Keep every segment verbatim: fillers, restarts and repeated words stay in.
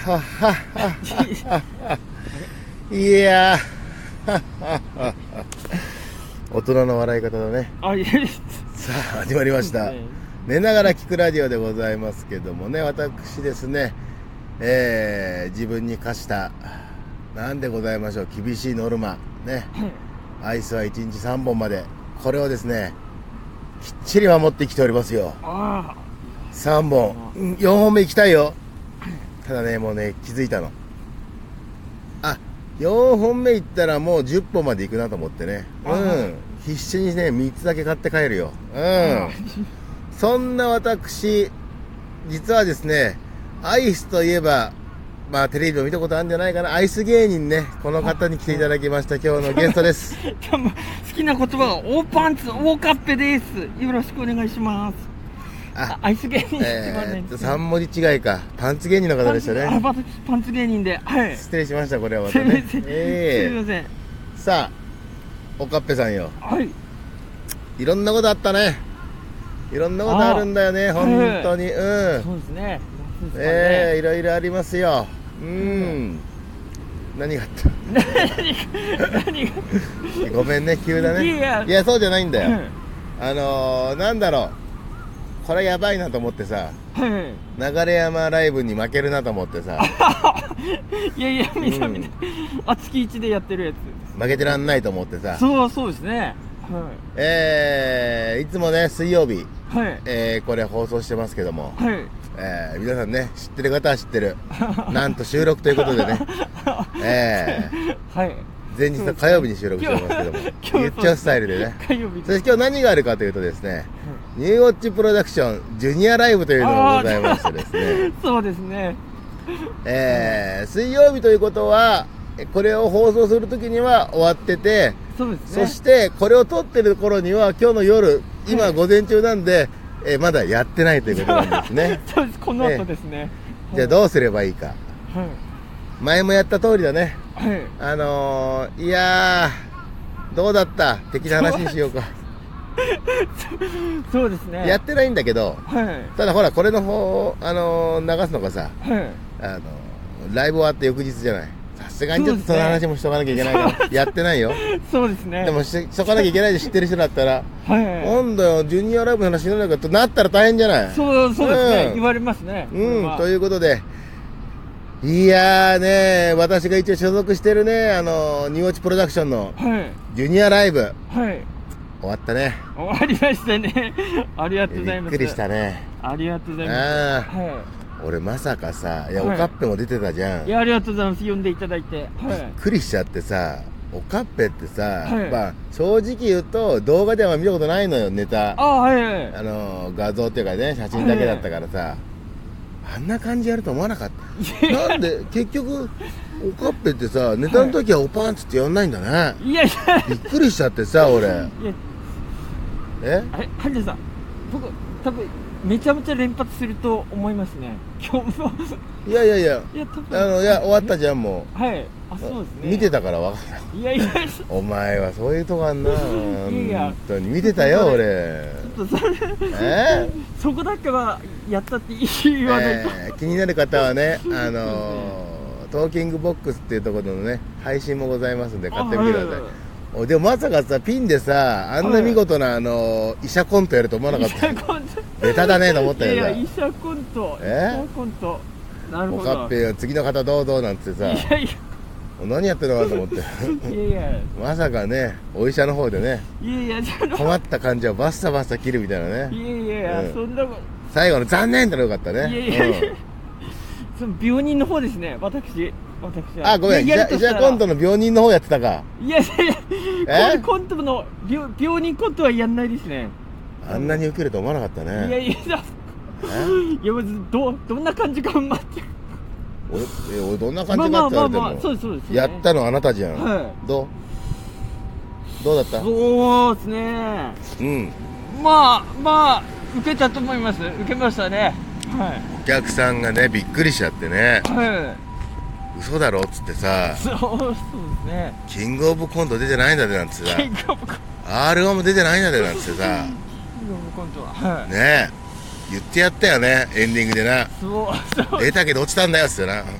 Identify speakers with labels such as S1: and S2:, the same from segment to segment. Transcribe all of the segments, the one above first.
S1: はははいやー大人の笑い方だね。
S2: あ、いや
S1: さあ始まりました、寝ながら聞くラジオでございますけどもね、私ですね、えー、自分に課したなんでございましょう、厳しいノルマね、アイスはいちにちさんぼんまで、これをですねきっちり守ってきておりますよ。
S2: あ
S1: さんぼん、よんほんめ行きたいよ。ただね、もうね気づいたの。あ、よんほんめ行ったらもうじゅっぽんまで行くなと思ってね、うん、必死にねみっつだけ買って帰るよ。うん、そんな私、実はですね、アイスといえば、まあテレビを見たことあるんじゃないかな、アイス芸人ね、この方に来ていただきました。今日のゲストです。
S2: 好きな言葉は大パンツ大カッペです。よろしくお願いします。あ、アイス芸人って言わないんですね。
S1: さん文字違いか、パンツ芸人の方でしたね。
S2: あ、私パンツ芸人で、はい、
S1: 失礼しました。これはまたね、
S2: えー、すみません。
S1: さあおかっぺさんよ、
S2: はい、
S1: いろんなことあったね。いろんなことあるんだよね、本当に。うん、そうですね。ええ、いろいろありますよ。うん。何があった？何が？ごめんね、急だね。いや、いやそうじゃないんだよ。あのー、なんだろう。これやばいなと思ってさ。流山ライブに負けるなと思ってさ。
S2: いやいや、見た見た。あ、月一でやってるやつ。
S1: 負けてらんないと思ってさ。
S2: そうそうですね。はい、
S1: えー、いつもね水曜日、はい、えー、これ放送してますけども、はい、えー、皆さんね知ってる方は知ってるなんと収録ということでねえー、はい、前日の火曜日に収録してますけども、言っちゃうスタイルでね。そして今日何があるかというとですね、うん、ニューウォッチプロダクションジュニアライブというのがございましてですね
S2: そうですね、
S1: えー、水曜日ということはこれを放送するときには終わってて、そうですね、そしてこれを撮ってる頃には今日の夜、今午前中なんで、えー、まだやってないということなんですね。
S2: そうです、この後ですね。
S1: えー、じゃあどうすればいいか、はい、前もやった通りだね、はい、あのー、いやーどうだった的な話にしようか。
S2: そうですね、
S1: やってないんだけど、はい、ただほらこれの方、あのー、流すのがさ、はい、あのー、ライブ終わって翌日じゃない。さすがにちょっとその話もしとかなきゃいけないから、やってないよ。そうですね。でもしとかなきゃいけないで知ってる人だったら、はい、なんだよ、ジュニアライブの話しないかとなったら大変じゃない。そう、そうですね、うん、言われますね。うん、ということで、いやーね、私が一応所属してるね、あの、ニューウォッチプロダクションの、ジュニアライブ、はい、終わったね。終わりましたね。ありがとうございます。びっくりしたね。ありがとうございます。あー、はい、俺まさかさ、いや、はい、おかっぺも出てたじゃん。いや、ありがとうございます。呼んでいただいて、はい、びっくりしちゃってさ、おかっぺってさ、はい、まあ正直言うと動画では見たことないのよ、ネタ。あ、はいはい、あの画像っていうかね、写真だけだったからさ、はい、あんな感じやると思わなかった。なんで結局おかっぺってさ、ネタの時はおパンツってやんないんだね。はい、いやいや、びっくりしちゃってさ、俺。いや、え、あれ、ハンジさん、僕多分めちゃめちゃ連発すると思いますね、今日も。いやいやいや、いや、多分あの、いや、終わったじゃん、もう。はい、あ、そうですね。見てたから分かんない。いやいや、お前はそういうとこあんな。いやいや、本当に見てたよ、俺。ちょっとそれ、えー、そこだけはやったって言わないと、えー、気になる方はね、あのー、トーキングボックスっていうところのね、配信もございますんで、買ってみてください。でもまさかさ、ピンでさ、あんな見事な、あのー、医者コントやると思わなかった。ベタだねと思ったよ。いや、医者コント、えー、医者コント、なるほど。おかっぺよ、次の方どうぞなんてさ、いやいや、何やってるのかと思って。いやいや、まさかね、お医者の方でね、いやいや、困った患者をバッサバッサ切るみたいなね。いやいやいや、うん、そんなこと、最後の残念ってのよかったね。いやいやいや、うん、その病人の方ですね、私。私は。あ、ごめん、医者コントの病人の方やってたか。いやいやいや、コントの 病, 病人コントはやんないですね。あんなに受けると思わなかったね。いやいや、いや、どどんな感じか待って。俺、俺どんな感じかって言われても、そうですそうです、ね、やったのあなたじゃん。はい、どうどうだった？そうですね。うん。まあまあ受けたと思います。受けましたね。はい。お客さんがねびっくりしちゃってね。はい。嘘だろっつってさ、そうそうですね、キングオブコント出てないんだでなんつってさ、キングオブコント アールワン も出てないんだでなんつってさ、キングオブコントは、はい、ねえ言ってやったよね、エンディングでな。そうそう、出たけど落ちたんだよっつってな。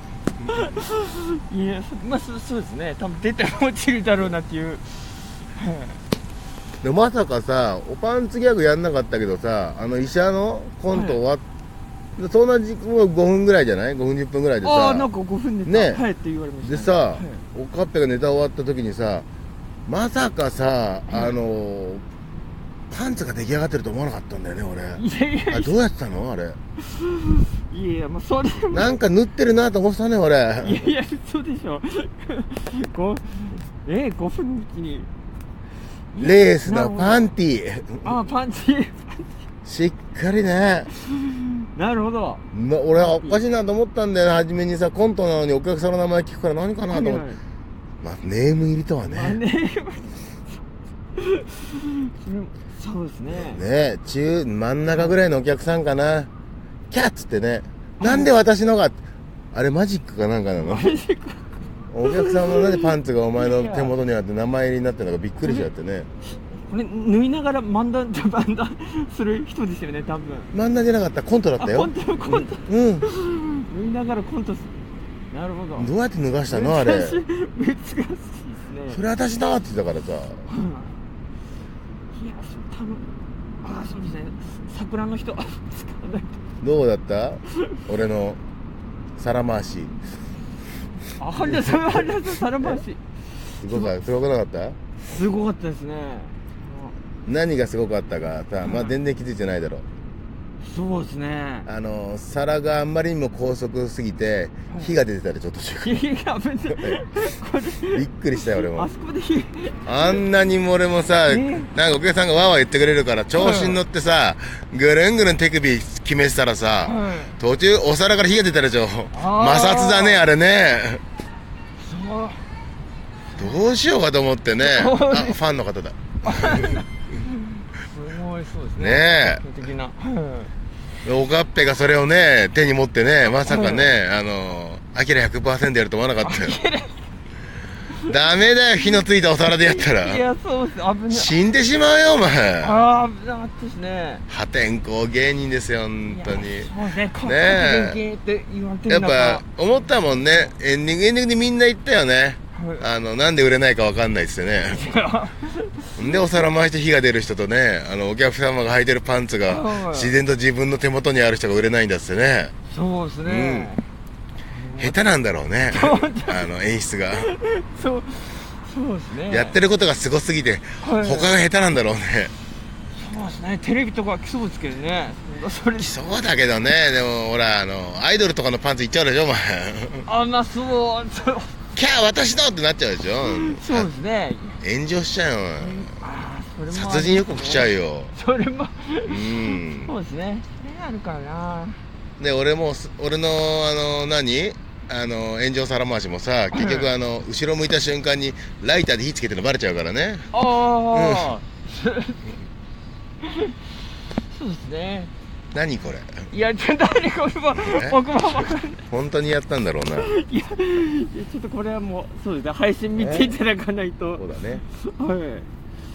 S2: いや、まあそそうですね、多分出て落ちるだろうなっていう。
S1: でまさかさ、おパンツギャグやんなかったけどさ、あの医者のコント終わっ、はい、そんな時間もごふんぐらいじゃない ?ご 分じゅっぷんぐらいでさ、
S2: ああ、なんかごふんネタ、
S1: ね、
S2: はいって言われました、ね、
S1: でさ、
S2: はい、
S1: おかっぺがネタ終わった時にさ、まさかさ、はい、あのパンツが出来上がってると思わなかったんだよね、俺。
S2: いやいやいや、
S1: あ、どうやってたのあれ。
S2: いやいや、もうそれ
S1: なんか塗ってるなと思ってたね、俺。いや
S2: いや、そうでしょ。ごえごふんのうちに
S1: レースのパンティー。
S2: ああ、パンティー。
S1: しっかりね。
S2: なるほど。
S1: ま、俺はおかしいなと思ったんだよね、初めにさ、コントなのにお客さんの名前聞くから何かなと思って。はいはい、まあ、ネーム入りとはね。ネーム
S2: そうですね。
S1: ね、中、真ん中ぐらいのお客さんかな。キャッつってね。なんで私のが、あれマジックかなんかなの？お客さんのなんでパンツがお前の手元にあって名前入りになってるのかびっくりしちゃってね。
S2: これ縫いながら漫談漫談する人ですよね、多分。
S1: 漫談じゃなかった、コントだったよ。
S2: コント、コント。うん。縫いながらコントする。なるほど。
S1: どうやって脱がしたのあれ。
S2: 難しいですね。
S1: それ私だって言ったからさ。いや、
S2: 多分、ああ、そうですね。桜の人。
S1: どうだった俺の皿回し。
S2: あ、はりだ、それはりだ、皿回し。
S1: すごか、すごくなかった？
S2: すごかったですね。
S1: 何がすごかったかさ、まあ全然気づいてないだろう。
S2: そうですね。
S1: あの皿があんまりにも高速すぎて火が出てたらちょっと
S2: 火が出て
S1: びっくりしたよ俺も。
S2: あそこで火
S1: あんなにも俺もさ、なんかお客さんがわーわー言ってくれるから調子に乗ってさ、ぐるんぐるん手首決めてたらさ、途中お皿から火が出たらちょ摩擦だねあれね。どうしようかと思ってね。あ、ファンの方だ。
S2: すごい、そうですね。
S1: ねえ。おかっぺがそれをね、手に持ってね、まさかね、あの、アキラ ひゃくパーセント やると思わなかったよ。ダメだよ、火のついたお皿でやったら。
S2: いや、そうです、危ない。
S1: 死んでしまうよ、お前。
S2: ああ、危なかったですね。
S1: 破天荒芸人ですよ、本当に。
S2: そうですね、かっこいいって言われてる
S1: 中。やっぱ、思ったもんね、エンディング、エンディングでみんな言ったよね。あの、なんで売れないかわかんないっすよね。で、お皿回して火が出る人とね、あの、お客様が履いてるパンツが、自然と自分の手元にある人が売れないんだっすよね。
S2: そうですね。
S1: うん、下手なんだろうね。あの、演出が。
S2: そう、そうですね。
S1: やってることがすごすぎて、はい、他が下手なんだろうね。
S2: そうですね。テレビとか来そうですけどね。
S1: それ来そうだけどね。でも、ほら、あの、アイドルとかのパンツいっちゃうでしょ、お前。
S2: あ、まあ、そう、そう。
S1: キャー私のってなっちゃうでしょ。
S2: そうですね。
S1: 炎上しちゃうよ。
S2: ああ、それも、ね。
S1: 殺人予告しちゃうよ。
S2: それも。
S1: うん。
S2: そうですね。あるからな。
S1: で、俺も、俺の、あの、何あの、炎上皿回しもさ、結局、あの、後ろ向いた瞬間に、ライターで火つけてるのバレちゃうからね。
S2: ああ。そうですね。
S1: 何これ。
S2: いや、ちょっと何これも僕も分かんない。
S1: 本当にやったんだろうな。いや、
S2: いやちょっとこれはもうそうですね、配信見ていただかないと。
S1: そうだね。
S2: はい。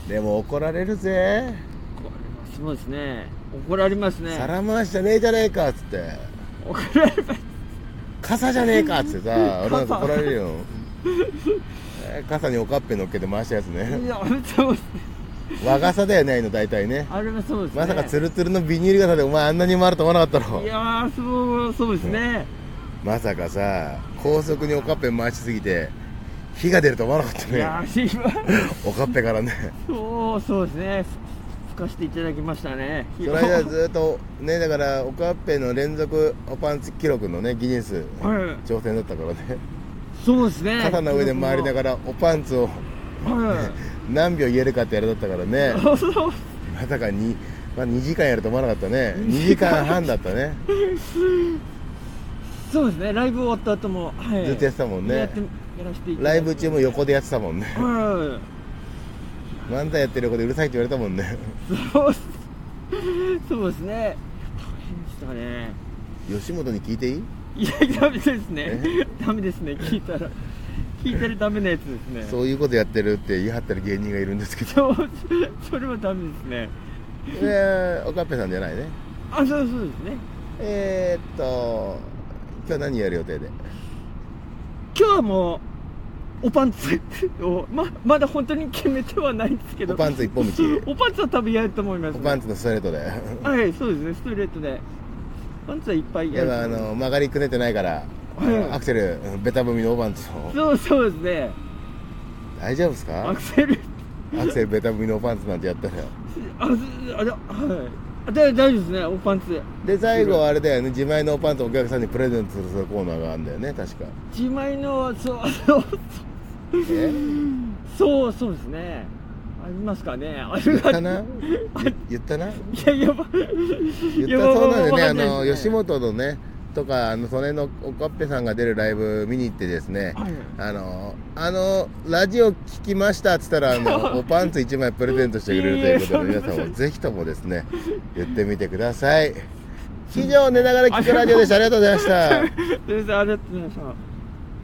S1: でも怒られるぜ。
S2: 怒られます。そうですね。怒られますね。
S1: 皿回しじゃねえじゃねえかっつって。
S2: 怒られます。
S1: 傘じゃねえかっつってさ、俺なんか怒られるよ。傘におかっぺ乗っけて回したやつね。
S2: いや、そうですね。
S1: 和傘だよね、あの大体ね。
S2: あれはそうですね。
S1: まさかツルツルのビニール傘でお前あんなに回ると思わなかったろ。
S2: いやー、そうそうですね。
S1: まさかさ、高速におかっぺ回しすぎて火が出ると思わなかったね。いやー、おかっぺからね。
S2: そうそうですね。吹かしていただきましたね。
S1: その間ずっとね、だからおかっぺの連続おパンツ記録のねギネス挑戦だったからね。
S2: そうですね。
S1: 肩の上で回りながらおパンツを。何秒言えるかってやるだったからね。まさかに、まあ、にじかんやると思わなかったね。にじかんはんだったね。
S2: そうですね、ライブ終わった後も、
S1: はい、ずっとやってたもんね。
S2: やってやらせていただいて、
S1: ライブ中も横でやってたもんね。
S2: はい、
S1: 漫才やってる横でうるさいって言われたもんね。
S2: そうそうですね、大変でしたね。
S1: 吉本に聞いていい？
S2: いや、ダメですね。ダメですね、聞いたら。聞いてるダメなやつですね。
S1: そういうことやってるって言い張ってる芸人がいるんですけど。
S2: そう、それはダメですね。
S1: えー、おかっぺさんじゃないね。
S2: あ、そうそうですね。
S1: えーっと今日何やる予定で？
S2: 今日はもうおパンツを ま, まだ本当に決めてはないんですけど、
S1: おパンツ一本道
S2: おパンツは多分やると思います、ね、
S1: おパンツのストレートで
S2: はい、そうですね、ストレートでパンツはいっぱいやる。
S1: でもあの曲がりくねってないから、はい、アクセルベタ踏みのおパンツを。
S2: そうそうですね。
S1: 大丈夫ですか？
S2: アクセル
S1: アクセルベタ踏みのおパンツなんてやったら
S2: ああれはい大丈夫ですね、おパンツ
S1: で。最後あれだよね、自前のおパンツをお客さんにプレゼントするコーナーがあるんだよね、確か。
S2: 自前のそうそう
S1: え
S2: そうそうですね、ありますかね。
S1: 言ったな言ったない
S2: やいや
S1: 言ったそうなんでね、あの吉本のねとか、あのそれのおかっぺさんが出るライブ見に行ってですね、はい、あのあのラジオ聞きましたっつったらあのおパンツいちまいプレゼントしてくれるということで、皆さんもぜひともですね言ってみてください。以上、寝ながら聞くラジオでした。ありがとうございました。
S2: 先生、ありがとうございました。